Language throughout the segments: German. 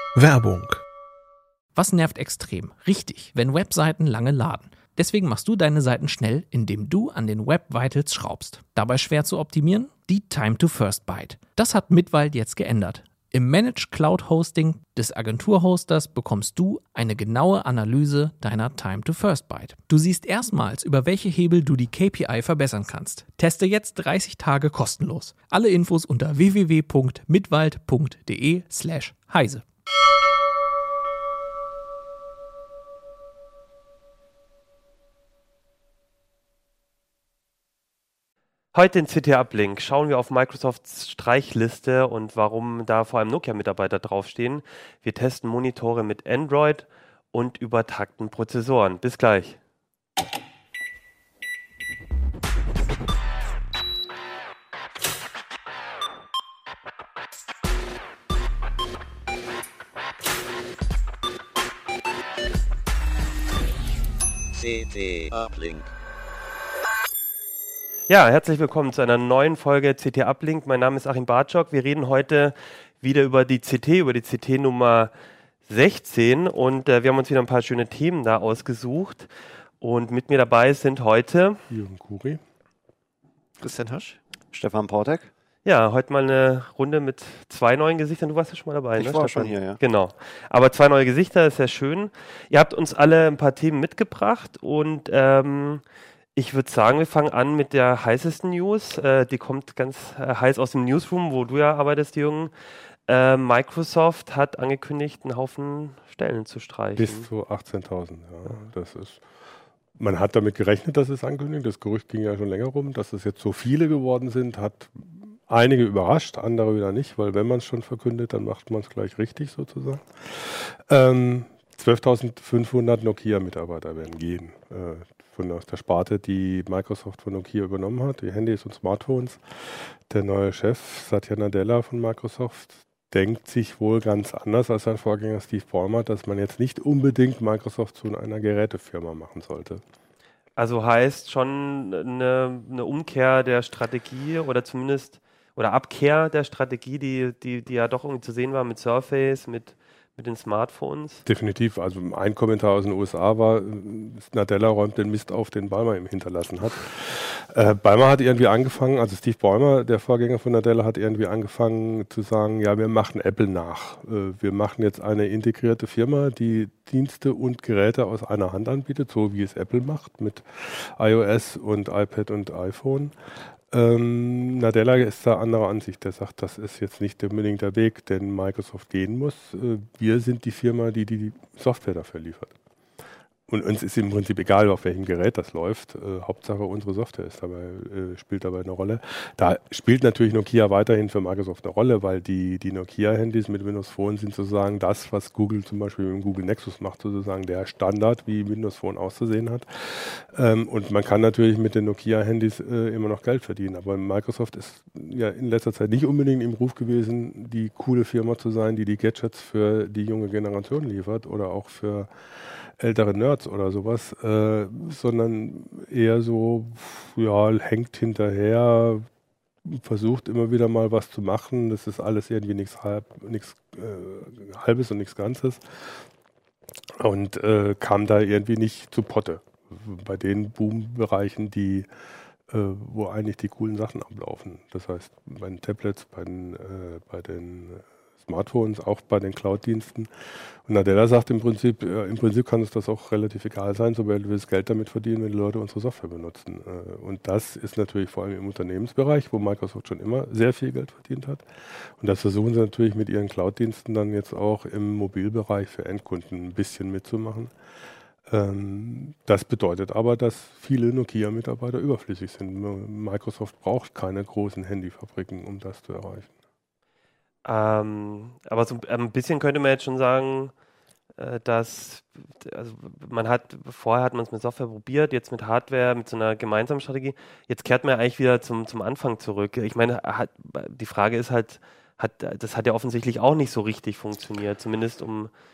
Werbung. Was nervt extrem? Richtig, wenn Webseiten lange laden. Deswegen machst du deine Seiten schnell, indem du an den Web Vitals schraubst. Dabei schwer zu optimieren? Die Time to First Byte. Das hat Midwald jetzt geändert. Im Managed Cloud Hosting des Agenturhosters bekommst du eine genaue Analyse deiner Time to First Byte. Du siehst erstmals, über welche Hebel du die KPI verbessern kannst. Teste jetzt 30 Tage kostenlos. Alle Infos unter www.midwald.de/heise. Heute in CT Uplink schauen wir auf Microsofts Streichliste und warum da vor allem Nokia-Mitarbeiter draufstehen. Wir testen Monitore mit Android und übertakten Prozessoren. Bis gleich. CT Uplink. Ja, herzlich willkommen zu einer neuen Folge CT Uplink. Mein Name ist Achim Bartschok. Wir reden heute wieder über die CT Nummer 16 und wir haben uns wieder ein paar schöne Themen da ausgesucht. Und mit mir dabei sind heute Jürgen Kuri, Christian Hasch, Stefan Portek. Ja, heute mal eine Runde mit zwei neuen Gesichtern. Du warst ja schon mal dabei, ich ne? war Stefan? schon hier, ja. Genau. Aber zwei neue Gesichter, ist sehr schön. Ihr habt uns alle ein paar Themen mitgebracht und ich würde sagen, wir fangen an mit der heißesten News. Die kommt ganz heiß aus dem Newsroom, wo du ja arbeitest, Jürgen. Microsoft hat angekündigt, einen Haufen Stellen zu streichen. Bis zu 18.000, ja. Das ist, man hat damit gerechnet, dass es ankündigt. Das Gerücht ging ja schon länger rum. Dass es jetzt so viele geworden sind, hat einige überrascht, andere wieder nicht, weil wenn man es schon verkündet, dann macht man es gleich richtig sozusagen. 12.500 Nokia-Mitarbeiter werden gehen. Aus der Sparte, die Microsoft von Nokia übernommen hat, die Handys und Smartphones. Der neue Chef, Satya Nadella von Microsoft, denkt sich wohl ganz anders als sein Vorgänger Steve Ballmer, dass man jetzt nicht unbedingt Microsoft zu einer Gerätefirma machen sollte. Also heißt schon eine Umkehr der Strategie oder zumindest oder Abkehr der Strategie, die ja doch irgendwie zu sehen war mit Surface, mit den Smartphones? Definitiv. Also ein Kommentar aus den USA war, Nadella räumt den Mist auf, den Ballmer ihm hinterlassen hat. Ballmer hat irgendwie angefangen, also Steve Ballmer, der Vorgänger von Nadella, hat irgendwie angefangen zu sagen, ja, wir machen Apple nach. Wir machen jetzt eine integrierte Firma, die Dienste und Geräte aus einer Hand anbietet, so wie es Apple macht mit iOS und iPad und iPhone. Nadella ist da anderer Ansicht. Der sagt, das ist jetzt nicht unbedingt der Weg, den Microsoft gehen muss. Wir sind die Firma, die Software dafür liefert. Und uns ist im Prinzip egal, auf welchem Gerät das läuft. Hauptsache unsere Software spielt dabei eine Rolle. Da spielt natürlich Nokia weiterhin für Microsoft eine Rolle, weil die Nokia-Handys mit Windows Phone sind sozusagen das, was Google zum Beispiel im Google Nexus macht, sozusagen der Standard, wie Windows Phone auszusehen hat. Und man kann natürlich mit den Nokia-Handys immer noch Geld verdienen. Aber Microsoft ist ja in letzter Zeit nicht unbedingt im Ruf gewesen, die coole Firma zu sein, die Gadgets für die junge Generation liefert oder auch für ältere Nerds oder sowas, sondern eher so, ja, hängt hinterher, versucht immer wieder mal was zu machen. Das ist alles irgendwie nichts Halbes und nichts Ganzes. Und kam da irgendwie nicht zu Potte. Bei den Boom-Bereichen, wo eigentlich die coolen Sachen ablaufen. Das heißt, bei den Tablets, bei den Smartphones, auch bei den Cloud-Diensten. Und Nadella sagt im Prinzip kann es das auch relativ egal sein, sobald wir das Geld damit verdienen, wenn die Leute unsere Software benutzen. Und das ist natürlich vor allem im Unternehmensbereich, wo Microsoft schon immer sehr viel Geld verdient hat. Und das versuchen sie natürlich mit ihren Cloud-Diensten dann jetzt auch im Mobilbereich für Endkunden ein bisschen mitzumachen. Das bedeutet aber, dass viele Nokia-Mitarbeiter überflüssig sind. Microsoft braucht keine großen Handyfabriken, um das zu erreichen. Aber so ein bisschen könnte man jetzt schon sagen, dass vorher hat man es mit Software probiert, jetzt mit Hardware, mit so einer gemeinsamen Strategie. Jetzt kehrt man eigentlich wieder zum Anfang zurück. Ich meine, die Frage ist halt, das hat ja offensichtlich auch nicht so richtig funktioniert, zumindest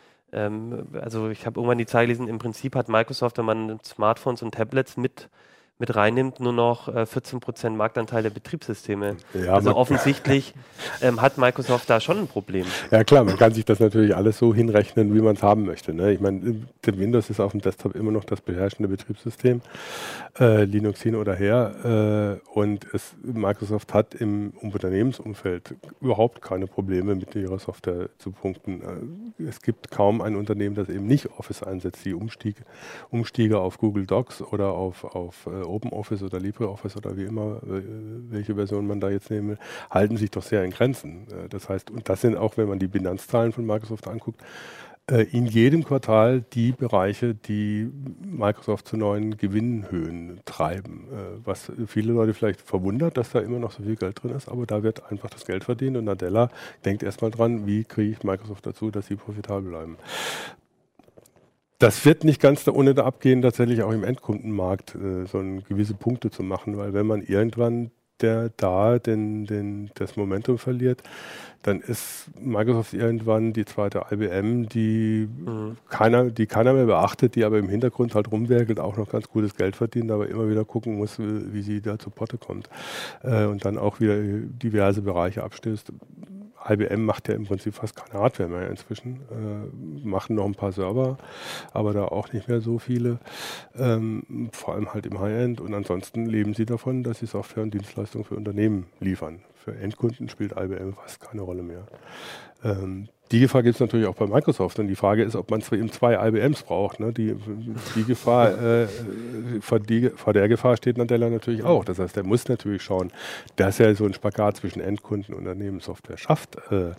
also ich habe irgendwann die Zahl gelesen, im Prinzip hat Microsoft, wenn man Smartphones und Tablets mit mit reinnimmt, nur noch 14% Marktanteil der Betriebssysteme. Ja, also offensichtlich hat Microsoft da schon ein Problem. Ja klar, man kann sich das natürlich alles so hinrechnen, wie man es haben möchte. Ne? Ich meine, Windows ist auf dem Desktop immer noch das beherrschende Betriebssystem, Linux hin oder her. Und Microsoft hat im Unternehmensumfeld überhaupt keine Probleme, mit ihrer Software zu punkten. Es gibt kaum ein Unternehmen, das eben nicht Office einsetzt. Die Umstiege auf Google Docs oder auf OpenOffice oder LibreOffice oder wie immer, welche Version man da jetzt nehmen will, halten sich doch sehr in Grenzen. Das heißt, und das sind auch, wenn man die Bilanzzahlen von Microsoft anguckt, in jedem Quartal die Bereiche, die Microsoft zu neuen Gewinnhöhen treiben. Was viele Leute vielleicht verwundert, dass da immer noch so viel Geld drin ist, aber da wird einfach das Geld verdient und Nadella denkt erstmal dran, wie kriege ich Microsoft dazu, dass sie profitabel bleiben. Das wird nicht ganz ohne da abgehen, tatsächlich auch im Endkundenmarkt so gewisse Punkte zu machen, weil wenn man irgendwann das Momentum verliert, dann ist Microsoft irgendwann die zweite IBM, die keiner mehr beachtet, die aber im Hintergrund halt rumwerkelt, auch noch ganz gutes Geld verdient, aber immer wieder gucken muss, wie sie da zu Potte kommt und dann auch wieder diverse Bereiche abstößt. IBM macht ja im Prinzip fast keine Hardware mehr inzwischen, machen noch ein paar Server, aber da auch nicht mehr so viele, vor allem halt im High-End und ansonsten leben sie davon, dass sie Software und Dienstleistungen für Unternehmen liefern. Für Endkunden spielt IBM fast keine Rolle mehr. Die Gefahr gibt es natürlich auch bei Microsoft und die Frage ist, ob man eben zwei IBMs braucht. Ne? Die Gefahr, vor der Gefahr steht Nadella natürlich auch. Das heißt, er muss natürlich schauen, dass er so einen Spagat zwischen Endkunden und Unternehmenssoftware schafft.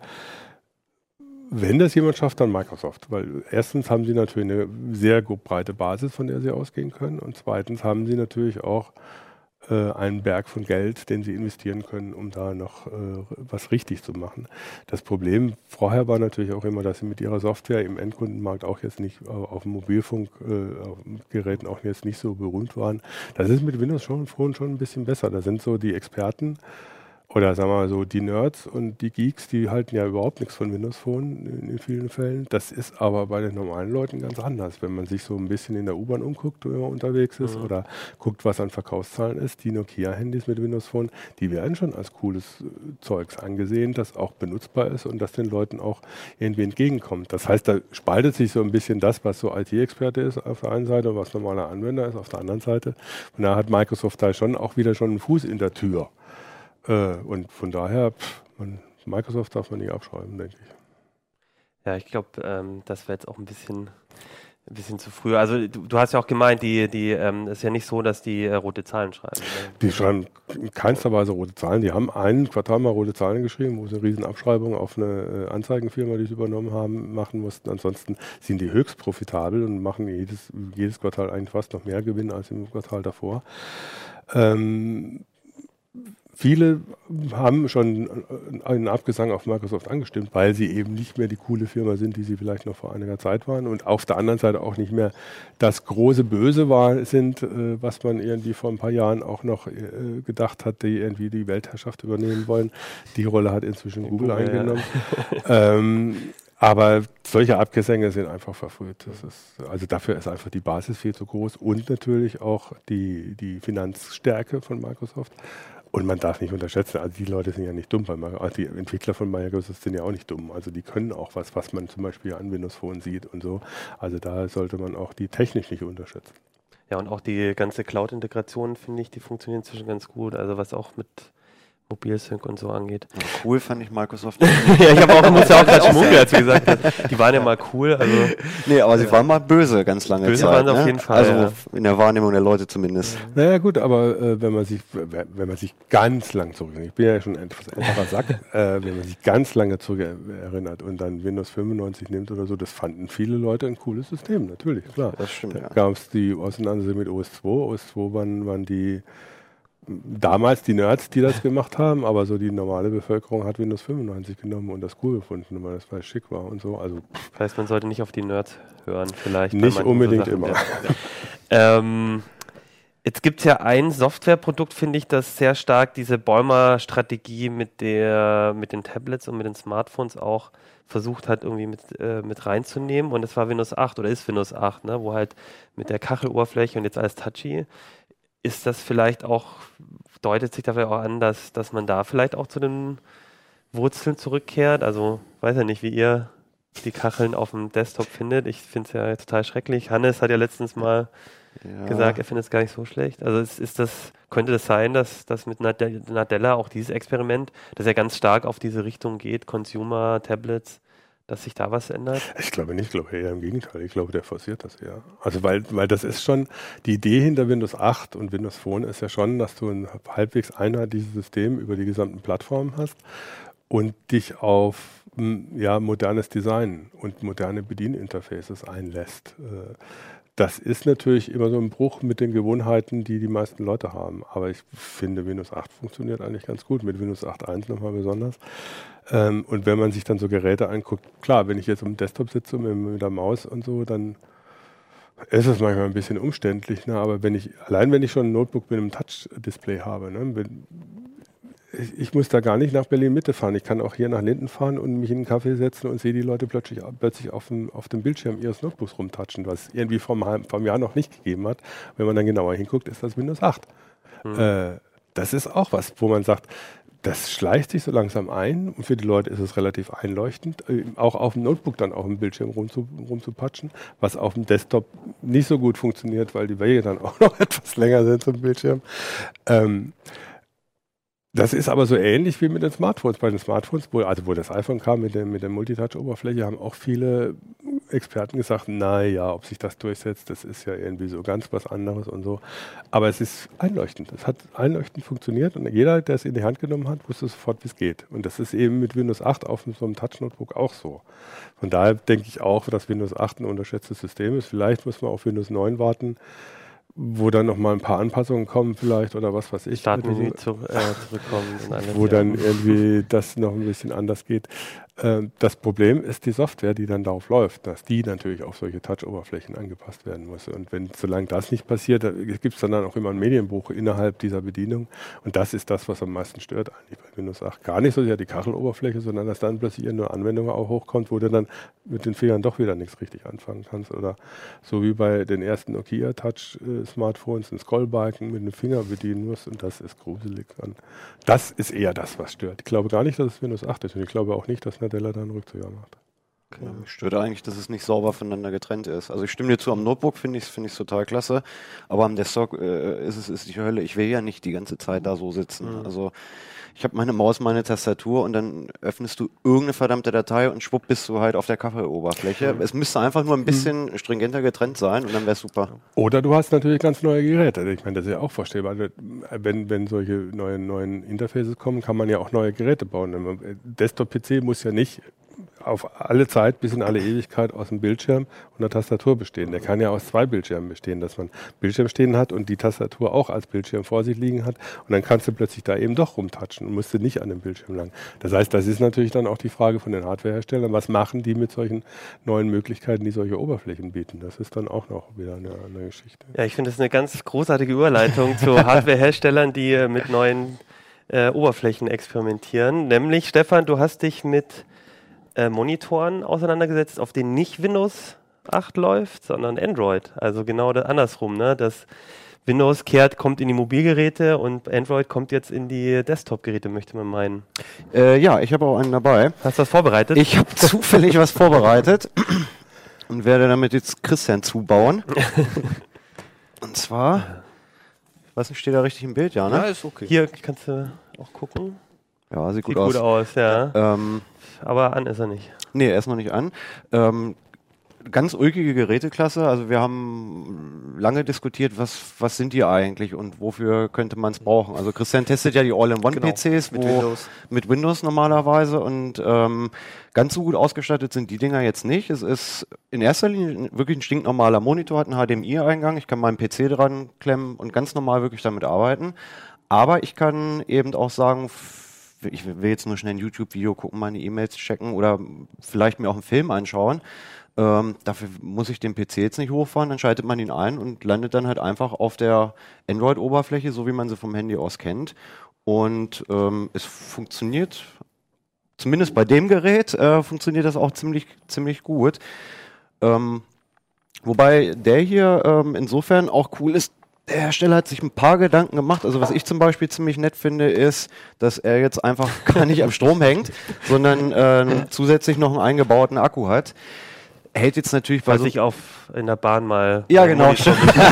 Wenn das jemand schafft, dann Microsoft. Weil erstens haben sie natürlich eine sehr breite Basis, von der sie ausgehen können und zweitens haben sie natürlich auch einen Berg von Geld, den sie investieren können, um da noch was richtig zu machen. Das Problem vorher war natürlich auch immer, dass sie mit ihrer Software im Endkundenmarkt auch jetzt nicht auf dem Mobilfunkgeräten auch jetzt nicht so berühmt waren. Das ist mit Windows Phone schon ein bisschen besser. Da sind so die Experten oder sagen wir mal so die Nerds und die Geeks, die halten ja überhaupt nichts von Windows Phone in vielen Fällen. Das ist aber bei den normalen Leuten ganz anders. Wenn man sich so ein bisschen in der U-Bahn umguckt, wenn man unterwegs ist oder guckt, was an Verkaufszahlen ist, die Nokia-Handys mit Windows Phone, die werden schon als cooles Zeugs angesehen, das auch benutzbar ist und das den Leuten auch irgendwie entgegenkommt. Das heißt, da spaltet sich so ein bisschen das, was so IT-Experte ist auf der einen Seite und was normaler Anwender ist auf der anderen Seite. Und da hat Microsoft da schon auch wieder schon einen Fuß in der Tür. Und von daher, Microsoft darf man nicht abschreiben, denke ich. Ja, ich glaube, das wäre jetzt auch ein bisschen zu früh. Also du hast ja auch gemeint, ist ja nicht so, dass die rote Zahlen schreiben. Ne? Die schreiben in keinster Weise rote Zahlen. Die haben ein Quartal mal rote Zahlen geschrieben, wo sie eine Riesenabschreibung auf eine Anzeigenfirma, die sie übernommen haben, machen mussten. Ansonsten sind die höchst profitabel und machen jedes Quartal eigentlich fast noch mehr Gewinn als im Quartal davor. Viele haben schon einen Abgesang auf Microsoft angestimmt, weil sie eben nicht mehr die coole Firma sind, die sie vielleicht noch vor einiger Zeit waren und auf der anderen Seite auch nicht mehr das große Böse sind, was man irgendwie vor ein paar Jahren auch noch gedacht hat, die irgendwie die Weltherrschaft übernehmen wollen. Die Rolle hat inzwischen Google eingenommen. Aber solche Abgesänge sind einfach verfrüht. Also dafür ist einfach die Basis viel zu groß und natürlich auch die Finanzstärke von Microsoft. Und man darf nicht unterschätzen, also die Leute sind ja nicht dumm, weil die Entwickler von Microsoft sind ja auch nicht dumm. Also die können auch was man zum Beispiel an Windows Phone sieht und so. Also da sollte man auch die Technik nicht unterschätzen. Ja, und auch die ganze Cloud-Integration, finde ich, die funktionieren inzwischen ganz gut. Also was auch mit Mobilsync und so angeht. Ja, cool fand ich Microsoft. Ja, ich musste auch gerade schmunkeln, als du gesagt hast. Die waren ja mal cool. Also, nee, aber sie waren mal böse ganz lange Zeit. Böse waren auf jeden Fall. Also in der Wahrnehmung der Leute zumindest. Naja gut, aber wenn man sich ganz lang zurück, ich bin ja schon ein etwas älterer Sack, wenn man sich ganz lange zurück erinnert und dann Windows 95 nimmt oder so, das fanden viele Leute ein cooles System, natürlich, klar. Das stimmt, da gab es die Auseinandersetzung mit OS 2. OS 2 waren die damals die Nerds, die das gemacht haben, aber so die normale Bevölkerung hat Windows 95 genommen und das cool gefunden, weil das schick war und so. Also, das heißt, man sollte nicht auf die Nerds hören, vielleicht. Nicht unbedingt immer. Jetzt gibt es ja ein Softwareprodukt, finde ich, das sehr stark diese Bäumer-Strategie mit den Tablets und mit den Smartphones auch versucht hat, irgendwie mit reinzunehmen. Und das war Windows 8 oder ist Windows 8, ne? Wo halt mit der Kacheloberfläche und jetzt alles touchy. ist das vielleicht auch, deutet sich dafür auch an, dass man da vielleicht auch zu den Wurzeln zurückkehrt? Also, weiß ja nicht, wie ihr die Kacheln auf dem Desktop findet. Ich finde es ja total schrecklich. Hannes hat ja letztens mal gesagt, er findet es gar nicht so schlecht. Also könnte das sein, dass mit Nadella auch dieses Experiment, das ja ganz stark auf diese Richtung geht, Consumer, Tablets, dass sich da was ändert? Ich glaube nicht, ich glaube eher im Gegenteil. Ich glaube, der forciert das eher. Also weil das ist schon, die Idee hinter Windows 8 und Windows Phone ist ja schon, dass du ein halbwegs einheitliches System über die gesamten Plattformen hast und dich auf modernes Design und moderne Bedieninterfaces einlässt. Das ist natürlich immer so ein Bruch mit den Gewohnheiten, die meisten Leute haben. Aber ich finde, Windows 8 funktioniert eigentlich ganz gut, mit Windows 8.1 nochmal besonders. Und wenn man sich dann so Geräte anguckt, klar, wenn ich jetzt am Desktop sitze mit der Maus und so, dann ist es manchmal ein bisschen umständlich. Ne? Aber wenn ich schon ein Notebook mit einem Touch-Display habe, ne? Ich muss da gar nicht nach Berlin-Mitte fahren. Ich kann auch hier nach Linden fahren und mich in einen Café setzen und sehe die Leute plötzlich auf dem Bildschirm ihres Notebooks rumtatschen, was irgendwie vom Jahr noch nicht gegeben hat. Wenn man dann genauer hinguckt, ist das Windows 8. Das ist auch was, wo man sagt, das schleicht sich so langsam ein und für die Leute ist es relativ einleuchtend, auch auf dem Notebook dann auf dem Bildschirm rumzupatschen, was auf dem Desktop nicht so gut funktioniert, weil die Wege dann auch noch etwas länger sind zum Bildschirm. Das ist aber so ähnlich wie mit den Smartphones. Bei den Smartphones, wo das iPhone kam mit der Multitouch-Oberfläche, haben auch viele Experten gesagt, naja, ob sich das durchsetzt, das ist ja irgendwie so ganz was anderes und so. Aber es ist einleuchtend. Es hat einleuchtend funktioniert und jeder, der es in die Hand genommen hat, wusste sofort, wie es geht. Und das ist eben mit Windows 8 auf so einem Touch-Notebook auch so. Von daher denke ich auch, dass Windows 8 ein unterschätztes System ist. Vielleicht muss man auf Windows 9 warten, wo dann noch mal ein paar Anpassungen kommen vielleicht oder was weiß ich. Startmenü zurückkommen. Und alles, wo dann irgendwie das noch ein bisschen anders geht. Das Problem ist die Software, die dann darauf läuft, dass die natürlich auf solche Touch-Oberflächen angepasst werden muss. Und solange das nicht passiert, gibt es dann auch immer einen Medienbruch innerhalb dieser Bedienung. Und das ist das, was am meisten stört eigentlich bei Windows 8. Gar nicht so sehr die Kacheloberfläche, sondern dass dann plötzlich eine Anwendung auch hochkommt, wo du dann mit den Fingern doch wieder nichts richtig anfangen kannst. Oder so wie bei den ersten Nokia Touch-Smartphones ein Scrollbalken mit dem Finger bedienen musst. Und das ist gruselig. Und das ist eher das, was stört. Ich glaube gar nicht, dass es Windows 8 ist. Und ich glaube auch nicht, dass Nadella da einen Rückzieher macht. Okay. Mich stört eigentlich, dass es nicht sauber voneinander getrennt ist. Also ich stimme dir zu, am Notebook finde ich es total klasse, aber am Desktop ist die Hölle. Ich will ja nicht die ganze Zeit da so sitzen. Also ich habe meine Maus, meine Tastatur und dann öffnest du irgendeine verdammte Datei und schwupp bist du halt auf der Kaffeeoberfläche. Es müsste einfach nur ein bisschen stringenter getrennt sein und dann wäre es super. Oder du hast natürlich ganz neue Geräte. Ich meine, das ist ja auch vorstellbar. Wenn solche neuen Interfaces kommen, kann man ja auch neue Geräte bauen. Ein Desktop-PC muss ja nicht auf alle Zeit bis in alle Ewigkeit aus dem Bildschirm und der Tastatur bestehen. Der kann ja aus 2 Bildschirmen bestehen, dass man Bildschirm stehen hat und die Tastatur auch als Bildschirm vor sich liegen hat und dann kannst du plötzlich da eben doch rumtatschen und musst du nicht an dem Bildschirm lang. Das heißt, das ist natürlich dann auch die Frage von den Hardwareherstellern, was machen die mit solchen neuen Möglichkeiten, die solche Oberflächen bieten. Das ist dann auch noch wieder eine Geschichte. Ja, ich finde das eine ganz großartige Überleitung zu Hardwareherstellern, die mit neuen Oberflächen experimentieren. Nämlich, Stefan, du hast dich mit Monitoren auseinandergesetzt, auf denen nicht Windows 8 läuft, sondern Android. Also genau andersrum, ne? Das Windows kommt in die Mobilgeräte und Android kommt jetzt in die Desktop-Geräte, möchte man meinen. Ja, ich habe auch einen dabei. Hast du was vorbereitet? Ich habe zufällig was vorbereitet und werde damit jetzt Christian zubauen. Und zwar, ich weiß nicht, steht da richtig im Bild? Ja, ne? Ja, ist okay. Hier kannst du auch gucken. Ja, sieht gut aus, ja. Aber an ist er nicht. Nee, er ist noch nicht an. Ganz ulkige Geräteklasse. Also wir haben lange diskutiert, was sind die eigentlich und wofür könnte man es brauchen. Also Christian testet ja die All-in-One-PCs mit Windows normalerweise und ganz so gut ausgestattet sind die Dinger jetzt nicht. Es ist in erster Linie wirklich ein stinknormaler Monitor, hat einen HDMI-Eingang. Ich kann meinen PC dran klemmen und ganz normal wirklich damit arbeiten. Aber ich kann eben auch sagen, ich will jetzt nur schnell ein YouTube-Video gucken, meine E-Mails checken oder vielleicht mir auch einen Film anschauen. Dafür muss ich den PC jetzt nicht hochfahren, dann schaltet man ihn ein und landet dann halt einfach auf der Android-Oberfläche, so wie man sie vom Handy aus kennt. Und es funktioniert, zumindest bei dem Gerät, funktioniert das auch ziemlich gut. Wobei der hier insofern auch cool ist, Der Hersteller hat sich ein paar Gedanken gemacht. Also was ich zum Beispiel ziemlich nett finde, ist, dass er jetzt einfach gar nicht am Strom hängt, sondern zusätzlich noch einen eingebauten Akku hat. Hält jetzt natürlich bei Was ich in der Bahn mal... Ja, genau. Oder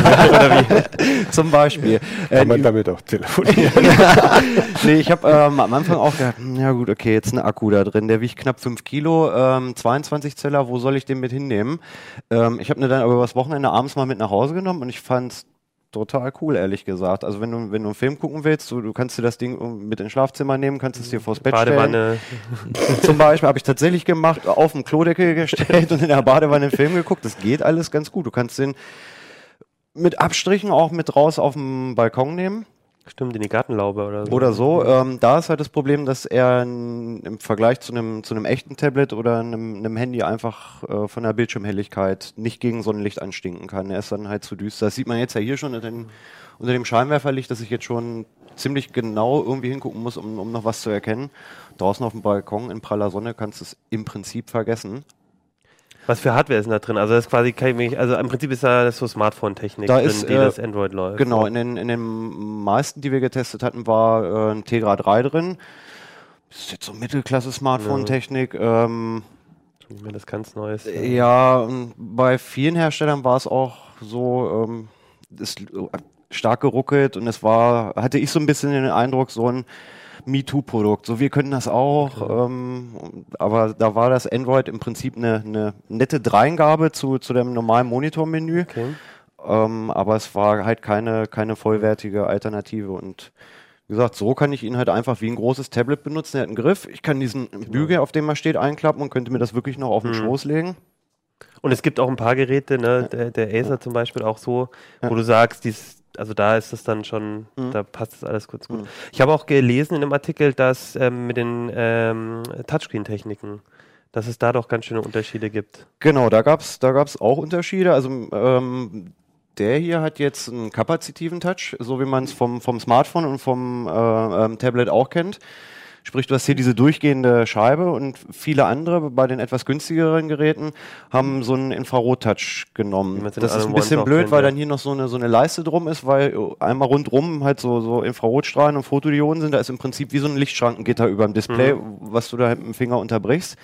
wie? Zum Beispiel. Kann man damit auch telefonieren. Nee, ich habe am Anfang auch gedacht, ja gut, okay, jetzt ein Akku da drin, der wiegt knapp 5 Kilo, 22 Zeller, wo soll ich den mit hinnehmen? Ich habe ihn dann aber übers Wochenende abends mal mit nach Hause genommen und ich fand's total cool, ehrlich gesagt. Also wenn du einen Film gucken willst, du kannst dir das Ding mit ins Schlafzimmer nehmen, kannst es dir vors Bett Badewanne. stellen. Zum Beispiel habe ich tatsächlich gemacht, auf dem Klodeckel gestellt und in der Badewanne einen Film geguckt. Das geht alles ganz gut. Du kannst den mit Abstrichen auch mit raus auf dem Balkon nehmen. Stimmt, in die Gartenlaube oder so. Oder so. Da ist halt das Problem, dass er im Vergleich zu einem echten Tablet oder einem Handy einfach von der Bildschirmhelligkeit nicht gegen Sonnenlicht anstinken kann. Er ist dann halt zu düster. Das sieht man jetzt ja hier schon unter dem Scheinwerferlicht, dass ich jetzt schon ziemlich genau irgendwie hingucken muss, um noch was zu erkennen. Draußen auf dem Balkon in praller Sonne kannst du es im Prinzip vergessen. Was für Hardware ist denn da drin? Also das ist quasi also im Prinzip ist da so Smartphone-Technik Da drin, ist, die das Android läuft. Genau, in den meisten, die wir getestet hatten, war ein Tegra 3 drin. Das ist jetzt so Mittelklasse-Smartphone-Technik. Nicht mehr das ganz Neues. Ja, und bei vielen Herstellern war es auch so, ist stark geruckelt und hatte ich so ein bisschen den Eindruck, so ein MeToo-Produkt. So, wir können das auch, aber da war das Android im Prinzip eine nette Dreingabe zu dem normalen Monitormenü. Okay. Aber es war halt keine vollwertige Alternative und wie gesagt, so kann ich ihn halt einfach wie ein großes Tablet benutzen. Er hat einen Griff, ich kann diesen Bügel, auf dem er steht, einklappen und könnte mir das wirklich noch auf den Schoß legen. Und es gibt auch ein paar Geräte, ne, der Acer zum Beispiel auch so, wo du sagst, also da ist es dann schon, da passt das alles kurz gut. Ich habe auch gelesen in einem Artikel, dass mit den Touchscreen-Techniken, dass es da doch ganz schöne Unterschiede gibt. Genau, da gab's auch Unterschiede. Also der hier hat jetzt einen kapazitiven Touch, so wie man es vom Smartphone und vom Tablet auch kennt. Sprich, du hast hier diese durchgehende Scheibe und viele andere bei den etwas günstigeren Geräten haben so einen Infrarot-Touch genommen. Das ist ein bisschen blöd, weil dann hier noch so eine Leiste drum ist, weil einmal rundrum halt so Infrarotstrahlen und Fotodioden sind. Da ist im Prinzip wie so ein Lichtschrankengitter über dem Display, was du da mit dem Finger unterbrichst.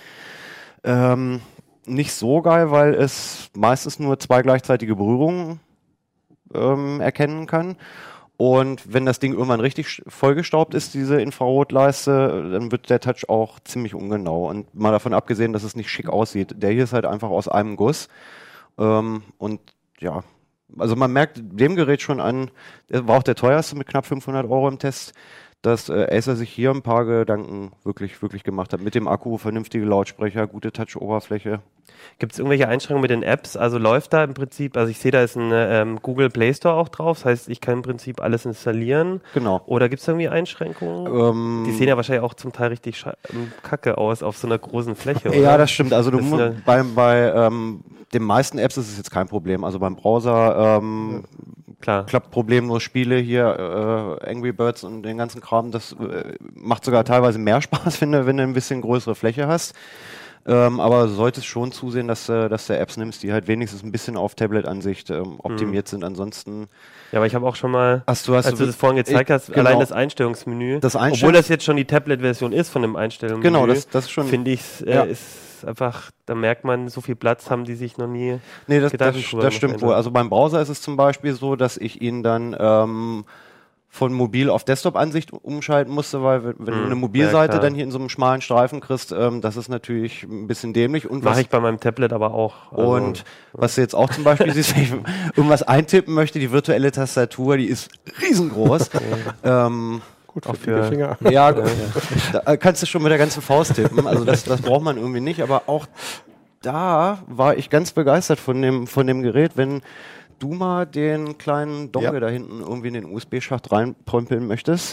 Nicht so geil, weil es meistens nur 2 gleichzeitige Berührungen erkennen kann. Und wenn das Ding irgendwann richtig vollgestaubt ist, diese Infrarotleiste, dann wird der Touch auch ziemlich ungenau. Und mal davon abgesehen, dass es nicht schick aussieht. Der hier ist halt einfach aus einem Guss. Und ja, also man merkt dem Gerät schon an, der war auch der teuerste mit knapp 500 € im Test, dass Acer sich hier ein paar Gedanken wirklich, wirklich gemacht hat. Mit dem Akku, vernünftige Lautsprecher, gute Touch-Oberfläche. Gibt es irgendwelche Einschränkungen mit den Apps? Also läuft da im Prinzip, also ich sehe, da ist ein Google Play Store auch drauf, das heißt, ich kann im Prinzip alles installieren. Genau. Oder gibt es irgendwie Einschränkungen? Die sehen ja wahrscheinlich auch zum Teil richtig kacke aus auf so einer großen Fläche, oder? Ja, das stimmt. Also bei den meisten Apps ist es jetzt kein Problem. Also beim Browser klappt problemlos Spiele hier, Angry Birds und den ganzen Kram. Das macht sogar teilweise mehr Spaß, wenn du ein bisschen größere Fläche hast. Aber du solltest schon zusehen, dass du Apps nimmst, die halt wenigstens ein bisschen auf Tablet-Ansicht optimiert sind. Ansonsten... Ja, aber ich habe auch schon mal, als du das vorhin gezeigt hast, genau, allein das Einstellungsmenü, obwohl das jetzt schon die Tablet-Version ist von dem Einstellungsmenü, genau, das schon, finde ich, ist einfach, da merkt man, so viel Platz haben die sich noch nie das stimmt wohl. Also beim Browser ist es zum Beispiel so, dass ich ihn dann von mobil auf Desktop-Ansicht umschalten musste, weil wenn du eine Mobilseite dann hier in so einem schmalen Streifen kriegst, das ist natürlich ein bisschen dämlich. Mache ich bei meinem Tablet aber auch. Also und was du jetzt auch zum Beispiel siehst, wenn ich irgendwas eintippen möchte, die virtuelle Tastatur, die ist riesengroß. Gut, für viele Finger. Ja, da kannst du schon mit der ganzen Faust tippen. Also das braucht man irgendwie nicht, aber auch da war ich ganz begeistert von dem Gerät, wenn du mal den kleinen Dongle da hinten irgendwie in den USB-Schacht reinprömpeln möchtest.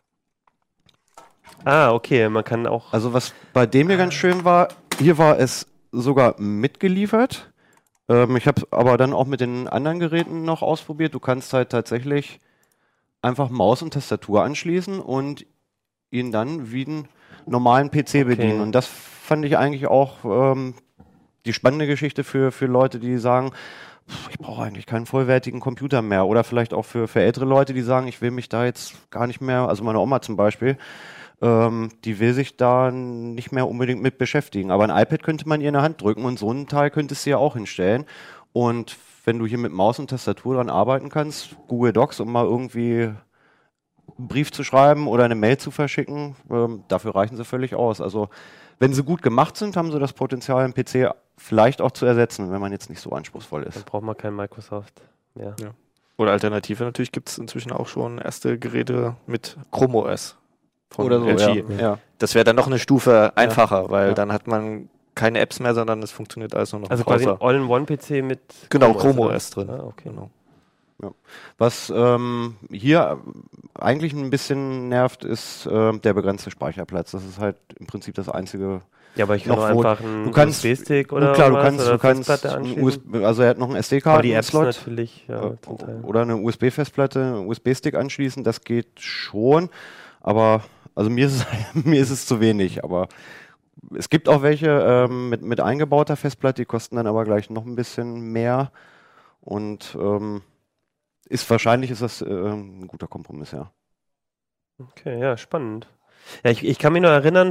Ah, okay, man kann auch... Also was bei dem hier ganz schön war, hier war es sogar mitgeliefert. Ich habe es aber dann auch mit den anderen Geräten noch ausprobiert. Du kannst halt tatsächlich einfach Maus und Tastatur anschließen und ihn dann wie einen normalen PC bedienen. Und das fand ich eigentlich auch die spannende Geschichte für Leute, die sagen, ich brauche eigentlich keinen vollwertigen Computer mehr. Oder vielleicht auch für ältere Leute, die sagen, ich will mich da jetzt gar nicht mehr, also meine Oma zum Beispiel, die will sich da nicht mehr unbedingt mit beschäftigen. Aber ein iPad könnte man ihr in der Hand drücken und so einen Teil könntest du ja auch hinstellen. Und wenn du hier mit Maus und Tastatur dran arbeiten kannst, Google Docs, um mal irgendwie einen Brief zu schreiben oder eine Mail zu verschicken, dafür reichen sie völlig aus. Also wenn sie gut gemacht sind, haben sie das Potenzial, einen PC vielleicht auch zu ersetzen, wenn man jetzt nicht so anspruchsvoll ist. Dann braucht man kein Microsoft mehr. Ja. Oder Alternative natürlich gibt es inzwischen auch schon erste Geräte mit Chrome OS von Oder so, LG. ja. Das wäre dann noch eine Stufe einfacher, weil dann hat man keine Apps mehr, sondern es funktioniert alles nur noch Also im quasi ein Browser. All-in-One-PC mit Genau, Chrome OS drin. Ah, okay. Genau. Ja. Was hier eigentlich ein bisschen nervt, ist der begrenzte Speicherplatz. Das ist halt im Prinzip das einzige. Ja, aber ich kann Noch doch wo- einfach einen du kannst- USB-Stick oder klar, was, du oder kannst Festplatte einen anschließen. also er hat noch einen Aber die Apps SD-Karten-Slot natürlich, ja, zum Teil. oder eine USB-Festplatte, einen USB-Stick anschließen. Das geht schon, aber also mir ist es zu wenig. Aber es gibt auch welche mit eingebauter Festplatte, die kosten dann aber gleich noch ein bisschen mehr und wahrscheinlich ist das ein guter Kompromiss, ja. Okay, ja, spannend. Ja, ich kann mich noch erinnern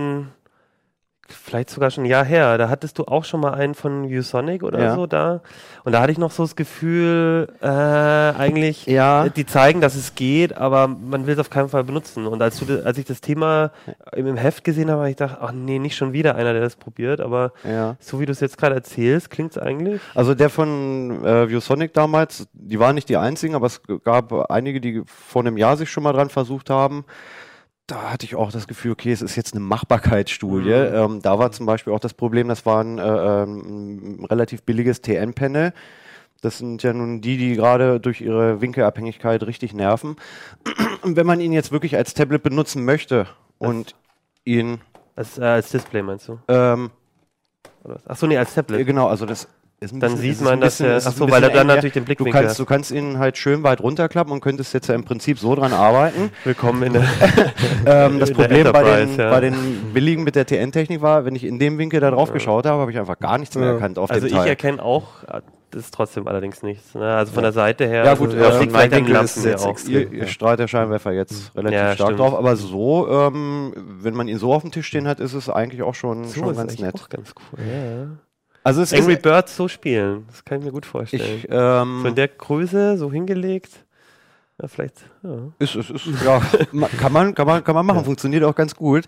vielleicht sogar schon ein Jahr her, da hattest du auch schon mal einen von ViewSonic oder Ja. so da. Und da hatte ich noch so das Gefühl, eigentlich, Ja. die zeigen, dass es geht, aber man will es auf keinen Fall benutzen. Und als ich das Thema im Heft gesehen habe, habe ich gedacht, ach nee, nicht schon wieder einer, der das probiert. Aber Ja. so wie du es jetzt gerade erzählst, klingt es eigentlich. Also der von ViewSonic damals, die waren nicht die einzigen, aber es gab einige, die vor einem Jahr sich schon mal dran versucht haben. Da hatte ich auch das Gefühl, okay, es ist jetzt eine Machbarkeitsstudie. Da war zum Beispiel auch das Problem, das war ein relativ billiges TN-Panel. Das sind ja nun die gerade durch ihre Winkelabhängigkeit richtig nerven. Und wenn man ihn jetzt wirklich als Tablet benutzen möchte und ihn Als Display meinst du? ähm, Oder was? Achso, nee, als Tablet. genau, also das ist ein Dann bisschen- sieht es ist man, ein dass bisschen- er. es ist ein Achso, weil er bisschen dann eng, natürlich den Du Blickwinkel kannst, du kannst ihn halt schön weit runterklappen und könntest jetzt ja im Prinzip so dran arbeiten. Willkommen in der. Das in der Problem Enterprise, bei den billigen mit der TN-Technik war, wenn ich in dem Winkel da drauf geschaut habe, habe ich einfach gar nichts mehr erkannt auf Also dem ich Teil. erkenne auch, das ist trotzdem allerdings nichts. Ne? Also von der Seite her. Ja, gut, also, ja, das von liegt meinem vielleicht an den Winkel ist Lampen es ja jetzt auch. Ihr strahlt der Scheinwerfer jetzt relativ Ja, stark stimmt. drauf, aber so, wenn man ihn so auf dem Tisch stehen hat, ist es eigentlich auch schon So ist ganz eigentlich nett. auch ganz cool. Ja. Also es Angry ist, Birds so spielen, das kann ich mir gut vorstellen. ich, So in der Größe, so hingelegt. Ja, vielleicht. Ja. ist, ja, kann man machen, funktioniert auch ganz gut.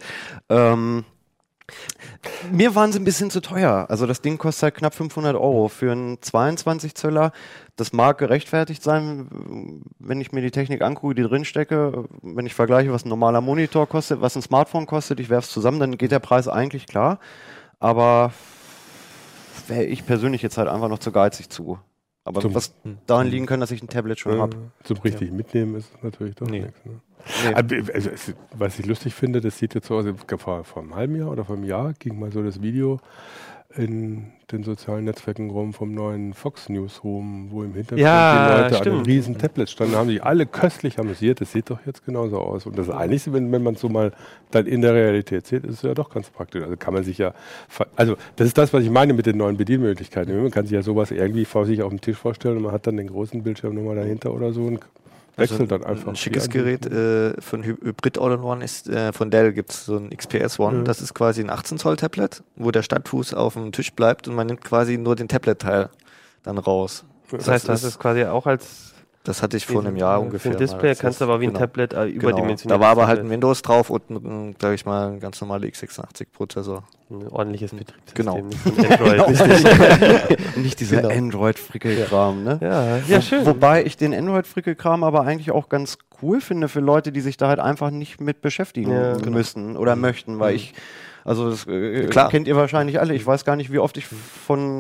Mir waren sie ein bisschen zu teuer. Also das Ding kostet halt knapp 500 € für einen 22 Zöller. Das mag gerechtfertigt sein, wenn ich mir die Technik angucke, die drin stecke. Wenn ich vergleiche, was ein normaler Monitor kostet, was ein Smartphone kostet, ich werfe es zusammen, dann geht der Preis eigentlich klar. Aber wäre ich persönlich jetzt halt einfach noch zu geizig zu. Aber was daran liegen kann, dass ich ein Tablet schon habe. Zum richtig mitnehmen ist es natürlich doch Nee. nichts. Ne? Nee. Also, was ich lustig finde, das sieht jetzt so aus, vor einem halben Jahr oder vor einem Jahr ging mal so das Video in den sozialen Netzwerken rum vom neuen Fox Newsroom, wo im Hintergrund Ja, die Leute an stimmt. den riesen Tablets standen, haben die alle köstlich amüsiert. Das sieht doch jetzt genauso aus. Und das Einzige, wenn man es so mal dann in der Realität sieht, ist es ja doch ganz praktisch. Also kann man sich ja, also das ist das, was ich meine mit den neuen Bedienmöglichkeiten. Man kann sich ja sowas irgendwie vor sich auf dem Tisch vorstellen und man hat dann den großen Bildschirm nochmal dahinter oder so und wechselt dann einfach. Ein schickes die Gerät von Hybrid All-in-One ist von Dell, gibt es so ein XPS One. Das ist quasi ein 18 Zoll Tablet, wo der Standfuß auf dem Tisch bleibt und man nimmt quasi nur den Tablet-Teil dann raus. Das heißt, du hast es quasi auch als Das hatte ich vor einem Jahr ungefähr. Für ein Display, mal. kannst du aber wie ein Genau. Tablet überdimensioniert. Da war aber halt ein Windows drauf und sage ich mal, ein ganz normaler x86-Prozessor. ein ordentliches Betriebssystem. Genau. Nicht so ein Android. Nicht dieser Genau. Android-Frickelkram, ne? Ja, schön. Wobei ich den Android-Frickelkram aber eigentlich auch ganz cool finde für Leute, die sich da halt einfach nicht mit beschäftigen müssen oder möchten, weil ich, also das Klar. kennt ihr wahrscheinlich alle. Ich weiß gar nicht, wie oft ich von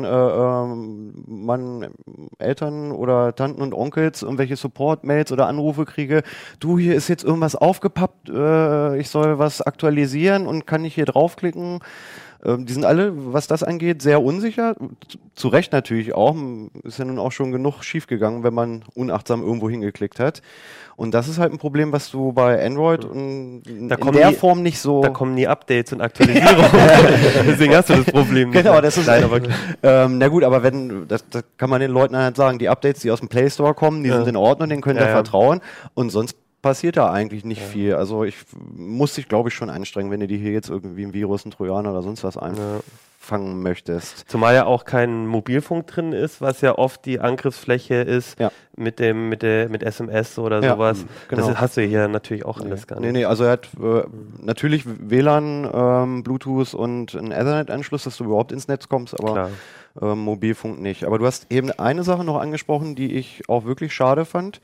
meinen Eltern oder Tanten und Onkels irgendwelche Support-Mails oder Anrufe kriege. Du, hier ist jetzt irgendwas aufgepappt, ich soll was aktualisieren und kann ich hier draufklicken. Die sind alle, was das angeht, sehr unsicher. Zu Recht natürlich auch. Ist ja nun auch schon genug schiefgegangen, wenn man unachtsam irgendwo hingeklickt hat. Und das ist halt ein Problem, was du bei Android in der Form nicht so... Da kommen nie Updates und Aktualisierungen. Deswegen hast du das Problem nicht. Genau, das ist... Nein, aber na gut, aber das kann man den Leuten halt sagen, die Updates, die aus dem Play Store kommen, die sind in Ordnung, denen könnt ihr vertrauen. Und sonst passiert da eigentlich nicht viel. Also ich muss dich, glaube ich, schon anstrengen, wenn du dir hier jetzt irgendwie ein Virus, ein Trojaner oder sonst was einfangen möchtest. Zumal ja auch kein Mobilfunk drin ist, was ja oft die Angriffsfläche ist mit SMS oder sowas. Genau. Das hast du hier natürlich auch alles gar nicht. Nee, also er hat natürlich WLAN, Bluetooth und einen Ethernet-Anschluss, dass du überhaupt ins Netz kommst, aber Mobilfunk nicht. Aber du hast eben eine Sache noch angesprochen, die ich auch wirklich schade fand.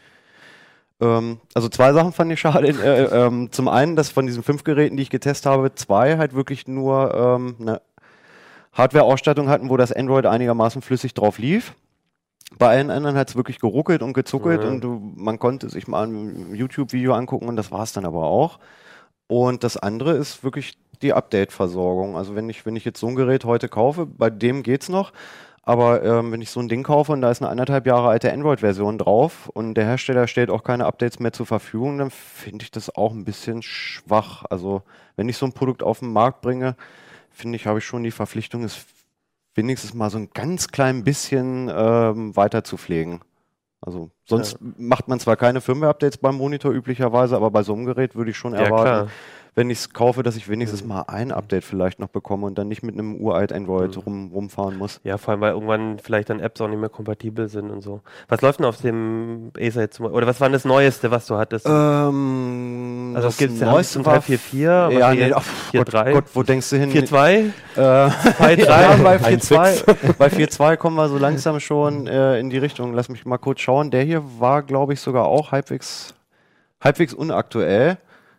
Also 2 Sachen fand ich schade. Zum einen, dass von diesen 5 Geräten, die ich getestet habe, 2 halt wirklich nur eine Hardware-Ausstattung hatten, wo das Android einigermaßen flüssig drauf lief. Bei allen anderen hat es wirklich geruckelt und gezuckelt und man konnte sich mal ein YouTube-Video angucken und das war es dann aber auch. Und das andere ist wirklich die Update-Versorgung. Also wenn ich jetzt so ein Gerät heute kaufe, bei dem geht's noch. Aber wenn ich so ein Ding kaufe und da ist eine 1,5 Jahre alte Android-Version drauf und der Hersteller stellt auch keine Updates mehr zur Verfügung, dann finde ich das auch ein bisschen schwach. Also wenn ich so ein Produkt auf den Markt bringe, finde ich, habe ich schon die Verpflichtung, es wenigstens mal so ein ganz klein bisschen weiter zu pflegen. Also sonst macht man zwar keine Firmware-Updates beim Monitor üblicherweise, aber bei so einem Gerät würde ich schon erwarten, wenn ich es kaufe, dass ich wenigstens mal ein Update vielleicht noch bekomme und dann nicht mit einem uralt Android rumfahren muss. Ja, vor allem, weil irgendwann vielleicht dann Apps auch nicht mehr kompatibel sind und so. Was läuft denn auf dem Acer jetzt? Oder was war denn das Neueste, was du hattest? Also das gibt's Neueste war 3.4.4, ja, nee, 4.3. Gott, wo denkst du hin? 4.2? 2.3. Ja, bei 4.2. Bei 4.2 kommen wir so langsam schon in die Richtung. Lass mich mal kurz schauen. Der hier war, glaube ich, sogar auch halbwegs unaktuell.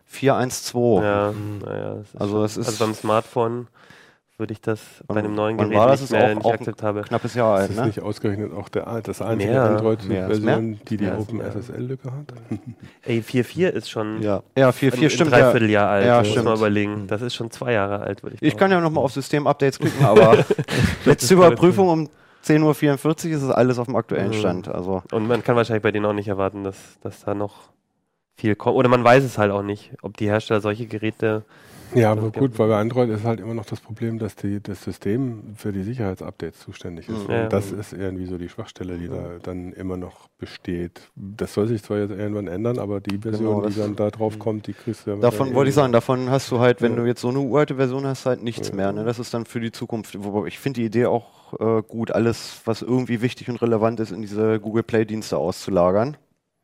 4.1.2. Ja, naja. Also beim Smartphone würde ich das bei einem neuen Gerät nicht akzeptabel. Knappes Jahr alt, ist ne? nicht ausgerechnet auch das einzige Mehr. Android-Version, die OpenSSL-Lücke hat? Ey, 4.4 ist schon 4.4 stimmt. ein Dreivierteljahr alt. Ja, muss stimmt. man überlegen. Das ist schon 2 Jahre alt, würde ich Ich kann ja nochmal auf System-Updates klicken, aber letzte Überprüfung um 10.44 Uhr ist es alles auf dem aktuellen Stand. Also. Und man kann wahrscheinlich bei denen auch nicht erwarten, dass da noch viel kommt. Oder man weiß es halt auch nicht, ob die Hersteller solche Geräte... Ja, aber gut, weil bei Android ist halt immer noch das Problem, dass das System für die Sicherheitsupdates zuständig ist. Ja. Und das ist irgendwie so die Schwachstelle, die da dann immer noch besteht. Das soll sich zwar jetzt irgendwann ändern, aber die Version, die dann da drauf kommt, die kriegst du ja... Davon wollte ich sagen, davon hast du halt, wenn du jetzt so eine uralte Version hast, halt nichts mehr. Ne? Das ist dann für die Zukunft. Wobei ich finde die Idee auch gut, alles, was irgendwie wichtig und relevant ist, in diese Google Play-Dienste auszulagern.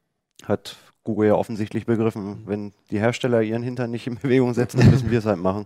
Hat Google ja offensichtlich begriffen. Wenn die Hersteller ihren Hintern nicht in Bewegung setzen, dann müssen wir es halt machen.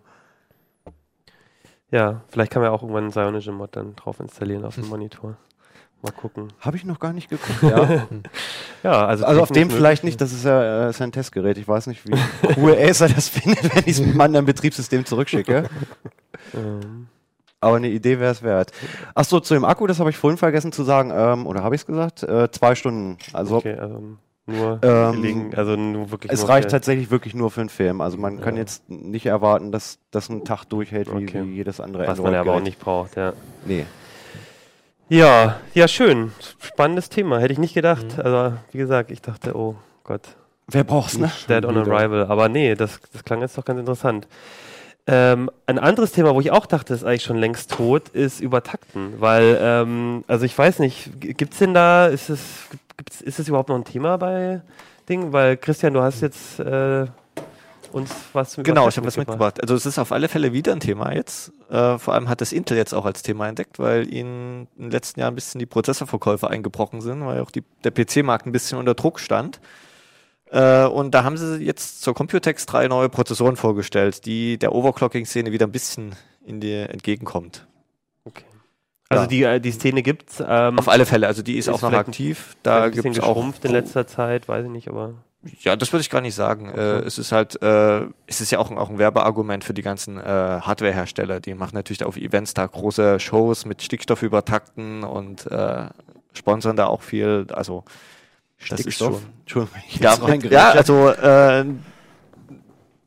Ja, vielleicht kann man ja auch irgendwann einen CyanogenMod dann drauf installieren auf dem Monitor. Mal gucken. Habe ich noch gar nicht geguckt, ja. Ja, also auf dem vielleicht nicht, das ist ja ist ein Testgerät. Ich weiß nicht, wie cool Acer das findet, wenn ich es mit einem anderen Betriebssystem zurückschicke. Aber eine Idee wäre es wert. Achso, zu dem Akku, das habe ich vorhin vergessen zu sagen, oder habe ich es gesagt? 2 Stunden. Also, okay, nur wirklich. Es reicht tatsächlich wirklich nur für einen Film. Also man kann jetzt nicht erwarten, dass das einen Tag durchhält wie jedes andere was man aber auch nicht braucht, ja. Nee. Ja, schön. Spannendes Thema. Hätte ich nicht gedacht. Also, wie gesagt, ich dachte, oh Gott. Wer braucht's, ne? Dead on Arrival. Aber nee, das klang jetzt doch ganz interessant. Ein anderes Thema, wo ich auch dachte, ist eigentlich schon längst tot, ist Übertakten. Weil, also ich weiß nicht, gibt's denn da, ist es überhaupt noch ein Thema bei Dingen? Weil, Christian, du hast jetzt uns was mitgebracht. Genau, ich habe was mitgebracht. Also es ist auf alle Fälle wieder ein Thema jetzt. Vor allem hat das Intel jetzt auch als Thema entdeckt, weil ihnen in den letzten Jahren ein bisschen die Prozessorverkäufe eingebrochen sind, weil auch der PC-Markt ein bisschen unter Druck stand. Und da haben sie jetzt zur Computex 3 neue Prozessoren vorgestellt, die der Overclocking-Szene wieder ein bisschen entgegenkommt. Okay. Also die Szene gibt's. Auf alle Fälle, also die ist auch noch aktiv. Da gibt es auch geschrumpft in letzter Zeit, weiß ich nicht, aber... Ja, das würde ich gar nicht sagen. Okay. Es ist halt, es ist ja auch ein Werbeargument für die ganzen Hardware-Hersteller. Die machen natürlich auf Events da große Shows mit Stickstoffübertakten und sponsern da auch viel, also Stickstoff? Ja, also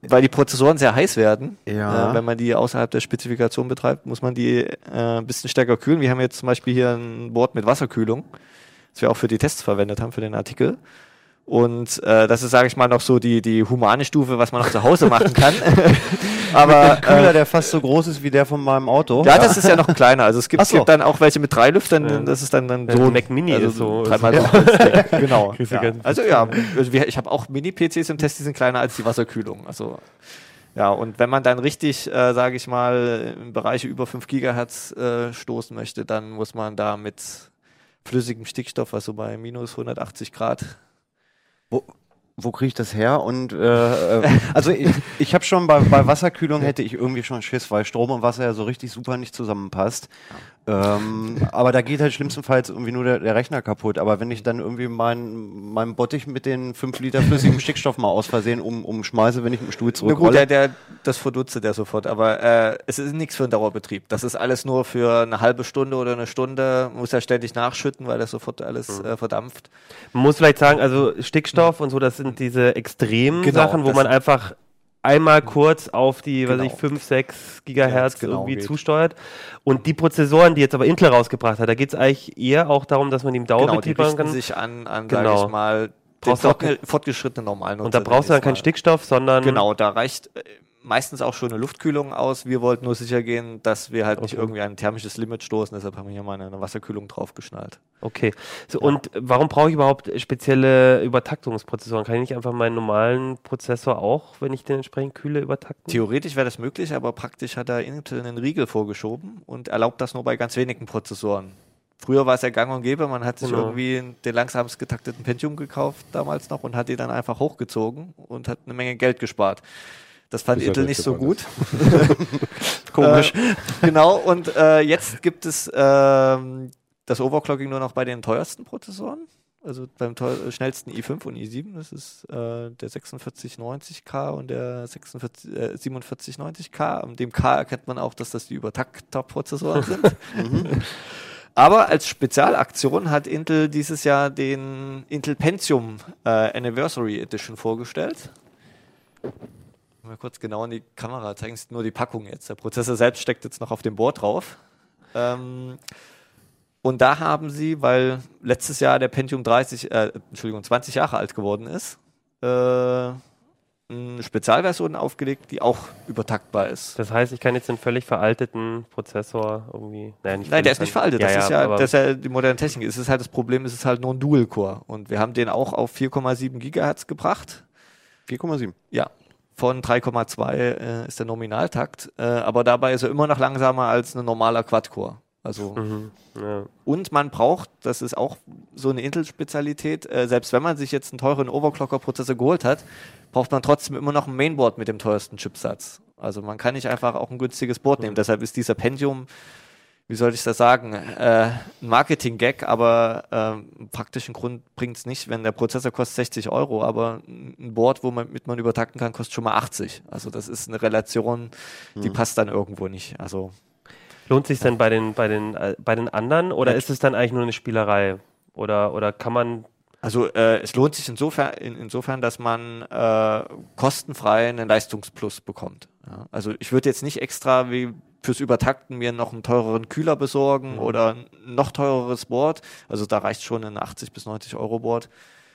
weil die Prozessoren sehr heiß werden. Ja. Wenn man die außerhalb der Spezifikation betreibt, muss man die ein bisschen stärker kühlen. Wir haben jetzt zum Beispiel hier ein Board mit Wasserkühlung, das wir auch für die Tests verwendet haben, für den Artikel. Und das ist, sage ich mal, noch so die humane Stufe, was man noch zu Hause machen kann. Aber Ein Kühler, der fast so groß ist wie der von meinem Auto. ja, das ist ja noch kleiner. Also es gibt, Ach so. gibt dann auch welche mit 3 Lüftern, das ist dann so so ein Mac Mini ist so. 3x so groß. Genau. Kriegst du Ja. ganz- Also ja, ich habe auch Mini-PCs im Test, die sind kleiner als die Wasserkühlung. Also ja, und wenn man dann richtig, sage ich mal, in Bereiche über 5 Gigahertz stoßen möchte, dann muss man da mit flüssigem Stickstoff, also bei minus 180 Grad. Wo kriege ich das her? Und also ich habe schon bei Wasserkühlung hätte ich irgendwie schon Schiss, weil Strom und Wasser ja so richtig super nicht zusammenpasst. Aber da geht halt schlimmstenfalls irgendwie nur der Rechner kaputt. Aber wenn ich dann irgendwie meinen Bottich mit den 5 Liter flüssigem Stickstoff mal aus Versehen umschmeiße, wenn ich mit dem Stuhl Na gut, zurückrolle. das verdutzt der sofort, aber es ist nichts für einen Dauerbetrieb. Das ist alles nur für eine halbe Stunde oder eine Stunde, muss ja ständig nachschütten, weil das sofort alles verdampft. Man muss vielleicht sagen, also Stickstoff und so, das sind diese extremen Genau, Sachen, wo das man einfach einmal kurz auf die, weiß Genau. ich, 5, 6 Gigahertz genau irgendwie geht. zusteuert. Und die Prozessoren, die jetzt aber Intel rausgebracht hat, da geht es eigentlich eher auch darum, dass man die im Genau, die Dauerbetrieb machen richten kann. sich an Genau. sag ich mal, den Brauchst du auch fortgeschrittenen Normalnutzer. Und da brauchst du dann keinen Stickstoff, sondern Genau, da reicht meistens auch schon eine Luftkühlung aus. Wir wollten nur sicher gehen, dass wir halt nicht Okay. irgendwie ein thermisches Limit stoßen, deshalb haben wir hier mal eine Wasserkühlung draufgeschnallt. Okay. So, und warum brauche ich überhaupt spezielle Übertaktungsprozessoren? Kann ich nicht einfach meinen normalen Prozessor auch, wenn ich den entsprechend kühle, übertakten? Theoretisch wäre das möglich, aber praktisch hat da Intel einen Riegel vorgeschoben und erlaubt das nur bei ganz wenigen Prozessoren. Früher war es ja gang und gäbe, man hat sich Genau. irgendwie den langsamst getakteten Pentium gekauft damals noch und hat die dann einfach hochgezogen und hat eine Menge Geld gespart. Das fand Bis er Intel nicht so gut. Komisch. Genau, und jetzt gibt es das Overclocking nur noch bei den teuersten Prozessoren. Also beim schnellsten i5 und i7, das ist der 4690K und der 4790K. Und dem K erkennt man auch, dass das die Übertakter-Prozessoren sind. Aber als Spezialaktion hat Intel dieses Jahr den Intel Pentium Anniversary Edition vorgestellt. Mal kurz genau in die Kamera zeigen, ist nur die Packung jetzt. Der Prozessor selbst steckt jetzt noch auf dem Board drauf. Und da haben sie, weil letztes Jahr der Pentium 20 Jahre alt geworden ist, eine Spezialversion aufgelegt, die auch übertaktbar ist. Das heißt, ich kann jetzt einen völlig veralteten Prozessor irgendwie. Nein, Der ist nicht veraltet. Ja, Das aber ist ja die moderne Technik. Es ist halt das Problem, es ist halt nur ein Dual-Core. Und wir haben den auch auf 4,7 Gigahertz gebracht. 4,7. Ja. Von 3,2 ist der Nominaltakt. Aber dabei ist er immer noch langsamer als ein normaler Quad-Core. Also ja. und man braucht, das ist auch so eine Intel-Spezialität, selbst wenn man sich jetzt einen teuren Overclocker-Prozessor geholt hat, braucht man trotzdem immer noch ein Mainboard mit dem teuersten Chipsatz. Also man kann nicht einfach auch ein günstiges Board nehmen. Deshalb ist dieser Pentium, wie soll ich das sagen, ein Marketing-Gag, aber einen praktischen Grund bringt es nicht, wenn der Prozessor kostet 60 Euro, aber ein Board, womit man übertakten kann, kostet schon mal 80. Also das ist eine Relation, die passt dann irgendwo nicht. Also Lohnt sich denn bei den anderen oder ist es dann eigentlich nur eine Spielerei? Oder kann man. Also es lohnt sich insofern, dass man kostenfrei einen Leistungsplus bekommt. Ja, also ich würde jetzt nicht extra wie fürs Übertakten mir noch einen teureren Kühler besorgen oder ein noch teureres Board. Also da reicht schon ein 80 bis 90 Euro Board.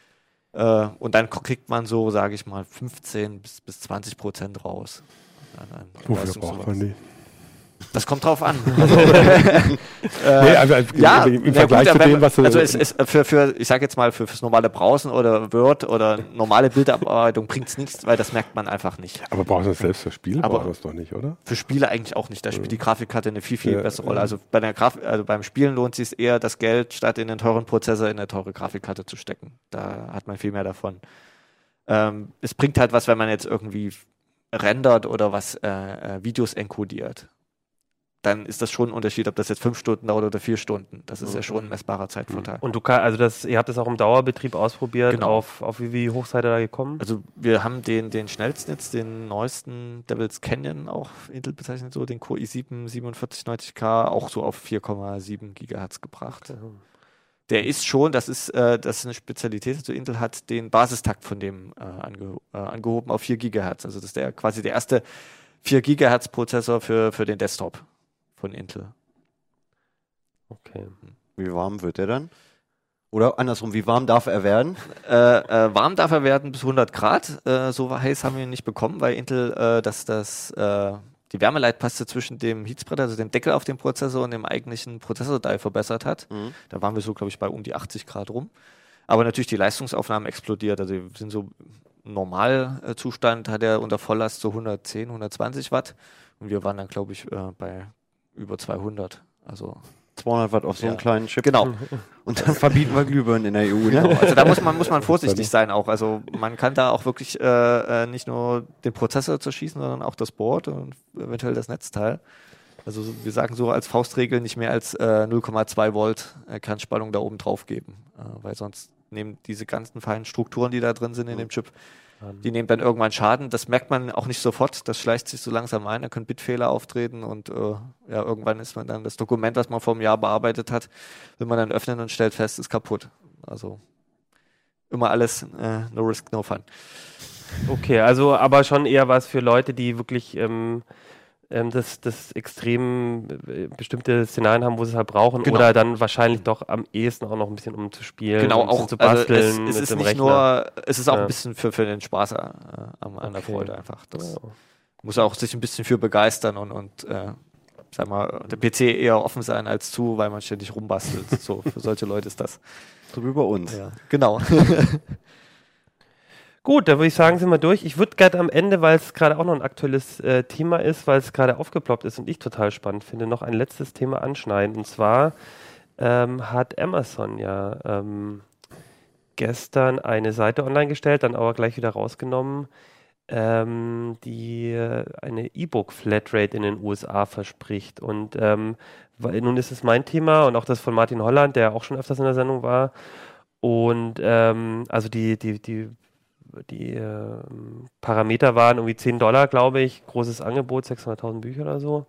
Und dann kriegt man so, sage ich mal, 15 bis 20% raus. Wofür braucht man die? Das kommt drauf an. Nee, also Ja, im Vergleich zu dem, was du... also es ist ich sage jetzt mal, fürs normale Browsen oder Word oder normale Bilderbearbeitung bringt es nichts, weil das merkt man einfach nicht. aber brauchst du das selbst für Spiele? Aber- Brauchst du das doch nicht, oder? Für Spiele eigentlich auch nicht. Da spielt die Grafikkarte eine viel Ja, bessere Rolle. ja. Also beim Spielen lohnt es sich eher, das Geld statt in einen teuren Prozessor in eine teure Grafikkarte zu stecken. Da hat man viel mehr davon. Es bringt halt was, wenn man jetzt irgendwie rendert oder was Videos enkodiert. Dann ist das schon ein Unterschied, ob das jetzt 5 Stunden dauert oder 4 Stunden. Das ist ja schon ein messbarer Zeitvorteil. Und ihr habt das auch im Dauerbetrieb ausprobiert, Genau. auf wie hoch seid ihr da gekommen? Also wir haben den schnellsten jetzt, den neuesten Devil's Canyon, auch Intel bezeichnet so, den Core i7 4790K, auch so auf 4,7 Gigahertz gebracht. Der ist schon, das ist eine Spezialität, also Intel hat den Basistakt von dem angehoben auf 4 GHz. Also das ist quasi der erste 4 GHz Prozessor für den Desktop von Intel. Okay. Wie warm wird der dann? Oder andersrum, wie warm darf er werden? Warm darf er werden bis 100 Grad. So heiß haben wir ihn nicht bekommen, weil Intel die Wärmeleitpaste zwischen dem Heatspreader, also dem Deckel auf dem Prozessor und dem eigentlichen Prozessor-Die verbessert hat. Mhm. Da waren wir so, glaube ich, bei um die 80 Grad rum. Aber natürlich die Leistungsaufnahmen explodiert. Also die sind so im Normalzustand, hat er unter Volllast so 110, 120 Watt. Und wir waren dann, glaube ich, bei über 200. Also 200 Watt auf so einen kleinen Chip. Genau. Und dann verbieten wir Glühbirnen in der EU. Genau. Ne? Also da muss man vorsichtig sein auch. Also man kann da auch wirklich nicht nur den Prozessor zerschießen, sondern auch das Board und eventuell das Netzteil. Also wir sagen so als Faustregel nicht mehr als 0,2 Volt Kernspannung da oben drauf geben. Weil sonst nehmen diese ganzen feinen Strukturen, die da drin sind in dem Chip, die nehmen dann irgendwann Schaden. Das merkt man auch nicht sofort. Das schleicht sich so langsam ein. Da können Bitfehler auftreten und irgendwann ist man dann das Dokument, was man vor einem Jahr bearbeitet hat, will man dann öffnen und stellt fest, ist kaputt. Also immer alles no risk, no fun. Okay, also aber schon eher was für Leute, die wirklich das extrem bestimmte Szenarien haben, wo sie es halt brauchen, Genau. oder dann wahrscheinlich doch am ehesten auch noch ein bisschen umzuspielen, Genau, und auch zu basteln also es mit ist dem nicht Rechner. nur, es ist auch Ja. ein bisschen für den Spaß an der Okay. Freude einfach. Das Ja. muss auch sich ein bisschen für begeistern und sag mal, der PC eher offen sein als zu, weil man ständig rumbastelt. So, für solche Leute ist das. So wie bei uns. Ja. Genau. Gut, da würde ich sagen, sind wir durch. Ich würde gerne am Ende, weil es gerade auch noch ein aktuelles Thema ist, weil es gerade aufgeploppt ist und ich total spannend finde, noch ein letztes Thema anschneiden. Und zwar hat Amazon ja gestern eine Seite online gestellt, dann aber gleich wieder rausgenommen, die eine E-Book-Flatrate in den USA verspricht. Und nun ist es mein Thema und auch das von Martin Holland, der auch schon öfters in der Sendung war. Und also die Parameter waren irgendwie $10, glaube ich, großes Angebot, 600.000 Bücher oder so.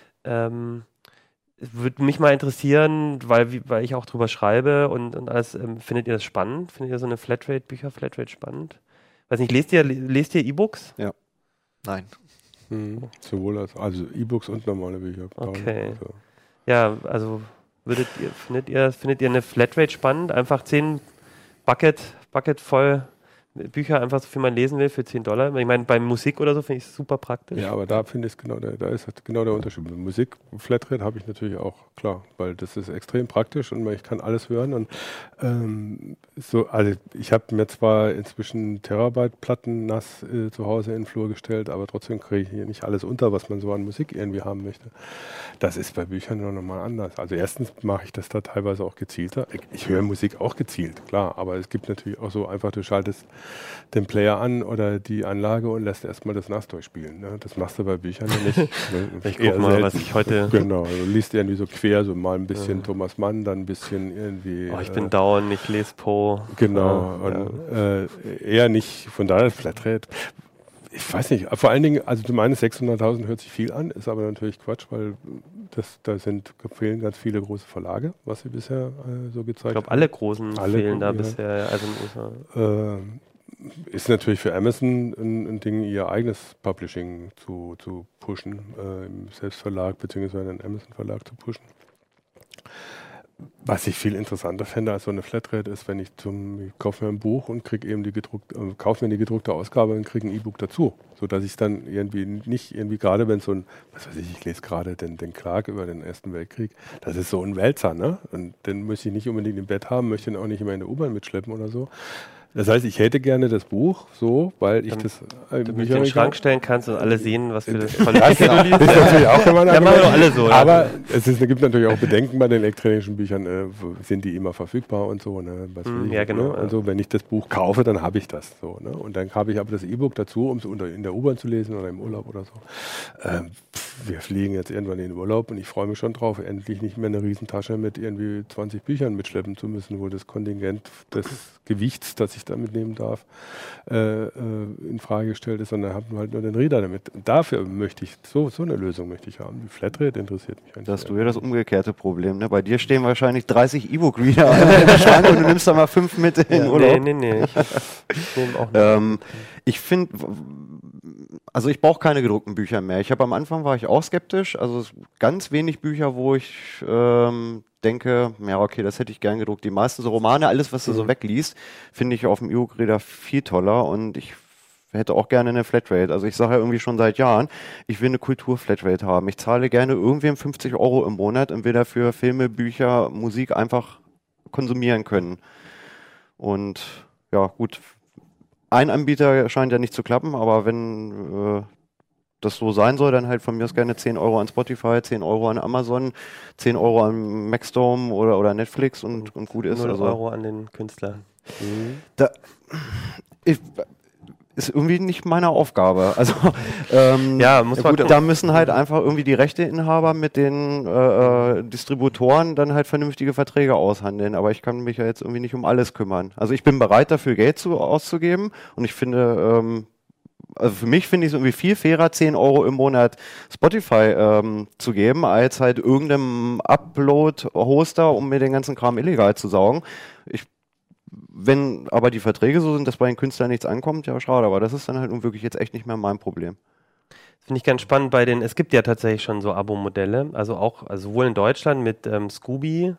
Würde mich mal interessieren, weil ich auch drüber schreibe und alles, findet ihr das spannend? Findet ihr so eine Flatrate, Bücher-Flatrate spannend? Weiß nicht, lest ihr E-Books? Nein. Sowohl also E-Books und normale Bücher. Okay. Also. Ja, also findet ihr eine Flatrate spannend? Einfach 10 Bucket voll Bücher, einfach so viel man lesen will, für $10. Ich meine, bei Musik oder so finde ich es super praktisch. Ja, aber da finde ich da ist genau der Unterschied. Mit Musik, Flatrate habe ich natürlich auch, klar, weil das ist extrem praktisch und ich kann alles hören. Und also ich habe mir zwar inzwischen Terabyte-Platten nass zu Hause in den Flur gestellt, aber trotzdem kriege ich hier nicht alles unter, was man so an Musik irgendwie haben möchte. Das ist bei Büchern noch mal anders. Also erstens mache ich das da teilweise auch gezielter. Ich höre Musik auch gezielt, klar, aber es gibt natürlich auch so einfach, du schaltest den Player an oder die Anlage und lässt erstmal das nass durchspielen. Ne? Das machst du bei Büchern ja nicht. Ich guck mal, was ich heute... Genau, du liest irgendwie so quer, so mal ein bisschen Thomas Mann, dann ein bisschen irgendwie... ich bin Down, ich lese Poe. Genau, und eher nicht, von daher Flatrate. Ich weiß nicht, vor allen Dingen, also du meinst 600.000 hört sich viel an, ist aber natürlich Quatsch, weil fehlen ganz viele große Verlage, was sie bisher so gezeigt haben. Ich glaube, alle großen fehlen da ja. bisher, also in USA. Ist natürlich für Amazon ein Ding, ihr eigenes Publishing zu pushen, im Selbstverlag bzw. einen Amazon-Verlag zu pushen. Was ich viel interessanter fände als so eine Flatrate ist, wenn ich kaufe mir ein Buch und kriege eben kaufe mir die gedruckte Ausgabe und kriege ein E-Book dazu, sodass ich dann irgendwie nicht gerade wenn so ein, was weiß ich lese gerade den Clark über den Ersten Weltkrieg, das ist so ein Wälzer, ne? Und den möchte ich nicht unbedingt im Bett haben, möchte ihn auch nicht immer in der U-Bahn mitschleppen oder so. Das heißt, ich hätte gerne das Buch so, weil ich das du in den Schrank stellen kannst und alle sehen, was für das von das ist natürlich auch immer ja, machen wir doch alle so. Aber gibt natürlich auch Bedenken bei den elektronischen Büchern, sind die immer verfügbar und so. Ne? Ja, genau. Ne? Also wenn ich das Buch kaufe, dann habe ich das so. Ne? Und dann habe ich aber das E-Book dazu, um es in der U-Bahn zu lesen oder im Urlaub oder so. Wir fliegen jetzt irgendwann in den Urlaub und ich freue mich schon drauf, endlich nicht mehr eine Riesentasche mit irgendwie 20 Büchern mitschleppen zu müssen, wo das Kontingent des Gewichts, das ich ich da mitnehmen darf, in Frage gestellt ist, sondern habe halt nur den Reader damit. Dafür möchte ich, so eine Lösung möchte ich haben. Die Flatrate interessiert mich eigentlich. Da hast du ja das umgekehrte Problem, ne? Bei dir stehen wahrscheinlich 30 E-Book-Reader im Schrank und du nimmst da mal 5 mit in Urlaub. Nee. Ich nehme auch nicht. Ich finde, also ich brauche keine gedruckten Bücher mehr. Am Anfang war ich auch skeptisch, also ganz wenig Bücher, wo ich denke, ja okay, das hätte ich gern gedruckt. Die meisten so Romane, alles was du so wegliest, finde ich auf dem E-Book-Reader viel toller und ich hätte auch gerne eine Flatrate. Also ich sage ja irgendwie schon seit Jahren, ich will eine Kultur-Flatrate haben. Ich zahle gerne irgendwem 50 € im Monat und will dafür Filme, Bücher, Musik einfach konsumieren können. Und ja gut, ein Anbieter scheint ja nicht zu klappen, aber wenn das so sein soll, dann halt von mir aus gerne 10 € an Spotify, 10 € an Amazon, 10 € an Maxdome oder Netflix und gut ist. 0 also € an den Künstler. Ist irgendwie nicht meine Aufgabe. Also muss man da müssen halt einfach irgendwie die Rechteinhaber mit den Distributoren dann halt vernünftige Verträge aushandeln. Aber ich kann mich ja jetzt irgendwie nicht um alles kümmern. Also ich bin bereit dafür Geld auszugeben und ich finde, also für mich finde ich es irgendwie viel fairer, 10 € im Monat Spotify zu geben, als halt irgendeinem Upload-Hoster, um mir den ganzen Kram illegal zu saugen. Wenn aber die Verträge so sind, dass bei den Künstlern nichts ankommt, ja schade, aber das ist dann halt wirklich jetzt echt nicht mehr mein Problem. Finde ich ganz spannend es gibt ja tatsächlich schon so Abo-Modelle, also sowohl in Deutschland mit Scooby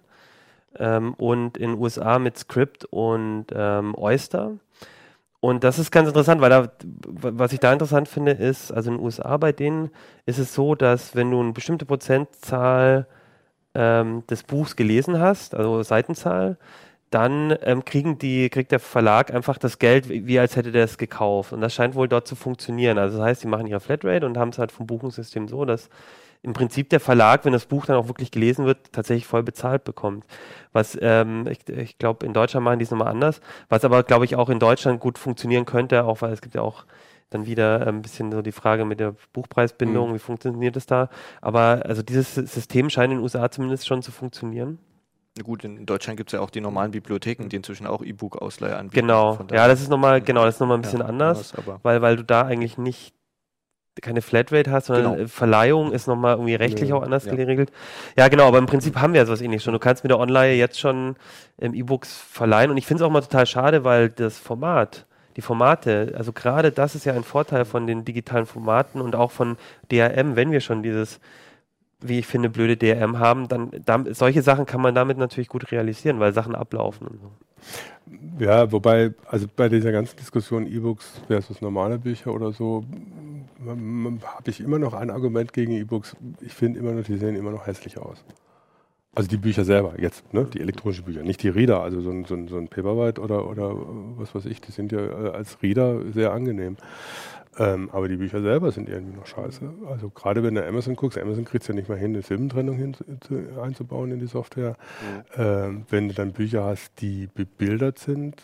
und in den USA mit Script und Oyster. Und das ist ganz interessant, weil was ich da interessant finde, ist, also in den USA bei denen ist es so, dass wenn du eine bestimmte Prozentzahl des Buchs gelesen hast, also Seitenzahl, dann kriegt der Verlag einfach das Geld, wie als hätte der es gekauft. Und das scheint wohl dort zu funktionieren. Also das heißt, sie machen ihre Flatrate und haben es halt vom Buchungssystem so, dass im Prinzip der Verlag, wenn das Buch dann auch wirklich gelesen wird, tatsächlich voll bezahlt bekommt. Was ich glaube, in Deutschland machen die es nochmal anders. Was aber, glaube ich, auch in Deutschland gut funktionieren könnte, auch weil es gibt ja auch dann wieder ein bisschen so die Frage mit der Buchpreisbindung, wie funktioniert das da? Aber also dieses System scheint in den USA zumindest schon zu funktionieren. Gut, in Deutschland gibt es ja auch die normalen Bibliotheken, die inzwischen auch E-Book-Ausleihe anbieten. Genau, ja, das ist nochmal ein bisschen anders, weil du da eigentlich nicht keine Flatrate hast, sondern Verleihung ist nochmal irgendwie rechtlich auch anders geregelt. Ja, genau, aber im Prinzip haben wir ja sowas ähnliches schon. Du kannst mit der Online jetzt schon E-Books verleihen und ich finde es auch mal total schade, weil die Formate, also gerade das ist ja ein Vorteil von den digitalen Formaten und auch von DRM, wenn wir schon dieses, wie ich finde, blöde DRM haben, dann solche Sachen kann man damit natürlich gut realisieren, weil Sachen ablaufen und so. Ja, wobei, also bei dieser ganzen Diskussion E-Books versus normale Bücher oder so, habe ich immer noch ein Argument gegen E-Books. Ich finde immer noch, die sehen immer noch hässlich aus. Also die Bücher selber jetzt, ne? Die elektronischen Bücher, nicht die Reader, also so ein Paperwhite oder was weiß ich, die sind ja als Reader sehr angenehm. Aber die Bücher selber sind irgendwie noch scheiße. Also gerade wenn du Amazon guckst, Amazon kriegt es ja nicht mal hin, eine Silbentrennung einzubauen in die Software. Wenn du dann Bücher hast, die bebildert sind,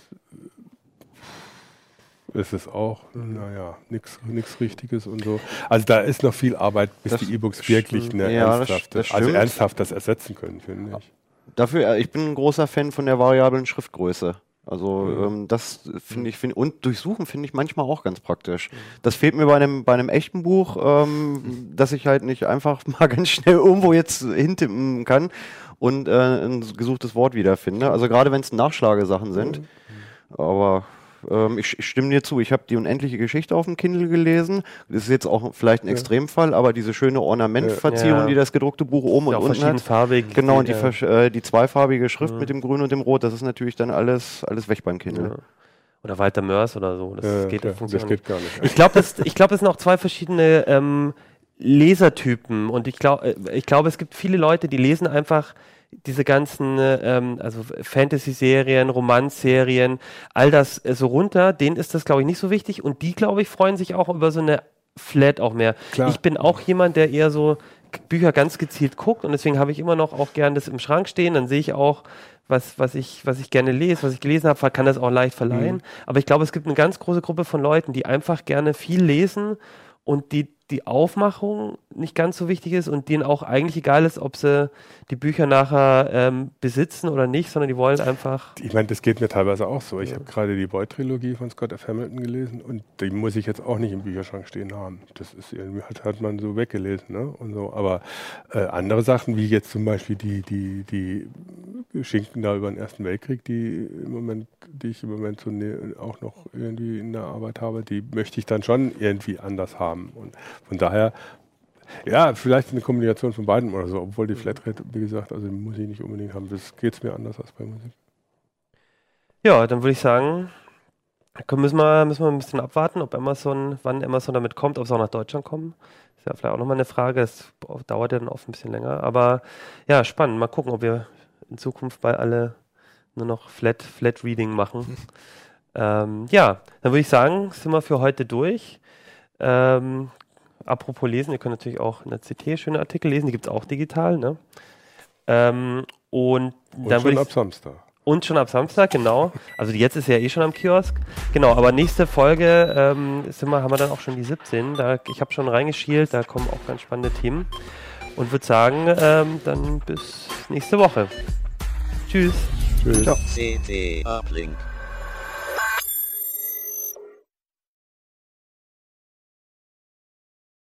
ist es auch, nichts Richtiges und so. Also da ist noch viel Arbeit, bis die E-Books wirklich ernsthaft das ersetzen können, finde ich. Ich bin ein großer Fan von der variablen Schriftgröße. Also das finde ich, und Durchsuchen finde ich manchmal auch ganz praktisch. Das fehlt mir bei einem echten Buch, dass ich halt nicht einfach mal ganz schnell irgendwo jetzt hintippen kann und ein gesuchtes Wort wiederfinde. Also gerade wenn es Nachschlagesachen sind. Aber ich stimme dir zu, ich habe die unendliche Geschichte auf dem Kindle gelesen. Das ist jetzt auch vielleicht ein Extremfall, aber diese schöne Ornamentverzierung, die das gedruckte Buch oben und unten hat. Genau, und die zweifarbige Schrift mit dem Grün und dem Rot, das ist natürlich dann alles weg beim Kindle. Ja. Oder Walter Mörs oder so. Das geht gar nicht. Ich glaube, es sind auch zwei verschiedene Lesertypen. Und ich glaube, es gibt viele Leute, die lesen einfach diese ganzen also Fantasy-Serien, Romanzserien, all das so runter, denen ist das, glaube ich, nicht so wichtig und die, glaube ich, freuen sich auch über so eine Flat auch mehr. Klar. Ich bin auch jemand, der eher so Bücher ganz gezielt guckt und deswegen habe ich immer noch auch gern das im Schrank stehen, dann sehe ich auch, was ich gerne lese, was ich gelesen habe, kann das auch leicht verleihen. Aber ich glaube, es gibt eine ganz große Gruppe von Leuten, die einfach gerne viel lesen und die Aufmachung nicht ganz so wichtig ist und denen auch eigentlich egal ist, ob sie die Bücher nachher besitzen oder nicht, sondern die wollen einfach... Ich meine, das geht mir teilweise auch so. Ich habe gerade die Boyd-Trilogie von Scott F. Hamilton gelesen und die muss ich jetzt auch nicht im Bücherschrank stehen haben. Das ist irgendwie, hat man so weggelesen, ne? Und so. Aber andere Sachen, wie jetzt zum Beispiel die Schinken da über den Ersten Weltkrieg, die ich im Moment so auch noch irgendwie in der Arbeit habe, die möchte ich dann schon irgendwie anders haben. Und von daher, ja, vielleicht eine Kombination von beiden oder so, obwohl die Flatrate, wie gesagt, also muss ich nicht unbedingt haben. Das geht es mir anders als bei Musik. Ja, dann würde ich sagen, müssen wir ein bisschen abwarten, wann Amazon damit kommt, ob es auch nach Deutschland kommt. Ist ja vielleicht auch nochmal eine Frage, das dauert ja dann oft ein bisschen länger. Aber ja, spannend. Mal gucken, ob wir in Zukunft bei alle nur noch Flat Reading machen. Dann würde ich sagen, sind wir für heute durch. Apropos lesen, ihr könnt natürlich auch in der CT schöne Artikel lesen, die gibt es auch digital, ne? Und dann schon ab Samstag. Und schon ab Samstag, genau. Also jetzt ist ja schon am Kiosk. Genau, aber nächste Folge haben wir dann auch schon die 17. Ich habe schon reingeschielt, da kommen auch ganz spannende Themen. Und würde sagen, dann bis nächste Woche. Tschüss. Tschüss. CT Uplink.